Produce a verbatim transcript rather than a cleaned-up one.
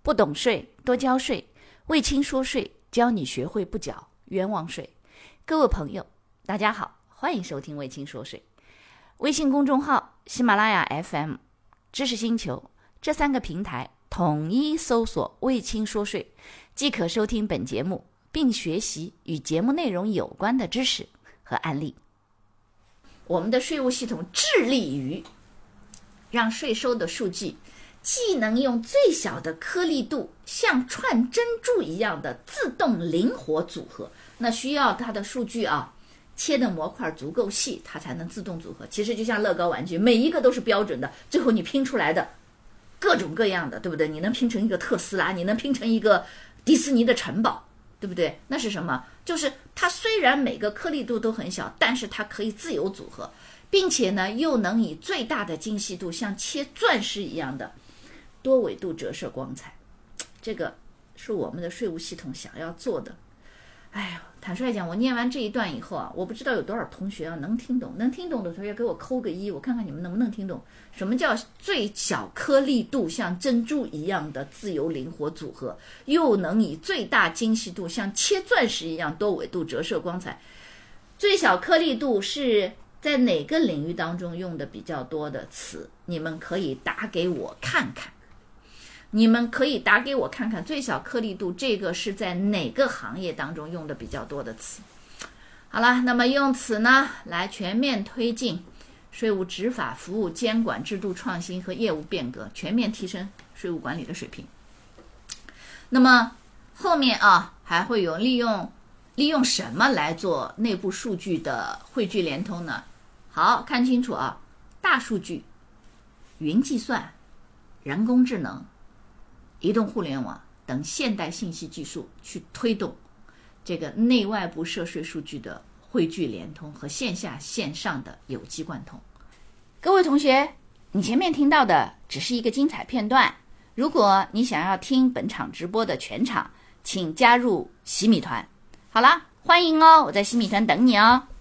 不懂税，多交税。卫青说税，教你学会不缴冤枉税。各位朋友，大家好，欢迎收听卫青说税。微信公众号、喜马拉雅 F M、知识星球这三个平台统一搜索卫青说税，即可收听本节目，并学习与节目内容有关的知识和案例。我们的税务系统致力于让税收的数据既能用最小的颗粒度像串珍珠一样的自动灵活组合，那需要它的数据啊切的模块足够细，它才能自动组合。其实就像乐高玩具，每一个都是标准的，最后你拼出来的各种各样的，对不对？你能拼成一个特斯拉，你能拼成一个迪士尼的城堡，对不对？那是什么？就是它虽然每个颗粒度都很小，但是它可以自由组合，并且呢又能以最大的精细度像切钻石一样的多维度折射光彩。这个是我们的税务系统想要做的。哎呦，坦率讲，我念完这一段以后啊，我不知道有多少同学啊能听懂，能听懂的同学给我扣个一，我看看你们能不能听懂。什么叫最小颗粒度像珍珠一样的自由灵活组合，又能以最大精细度像切钻石一样多维度折射光彩？最小颗粒度是在哪个领域当中用的比较多的词？你们可以打给我看看。你们可以打给我看看，最小颗粒度这个是在哪个行业当中用的比较多的词？好了，那么用此呢来全面推进税务执法服务监管制度创新和业务变革，全面提升税务管理的水平。那么后面啊还会有利用利用什么来做内部数据的汇聚联通呢？好，看清楚啊，大数据、云计算、人工智能、移动互联网等现代信息技术去推动这个内外部涉税数据的汇聚联通和线下线上的有机贯通。各位同学，你前面听到的只是一个精彩片段，如果你想要听本场直播的全场，请加入洗米团。好了，欢迎哦，我在洗米团等你哦。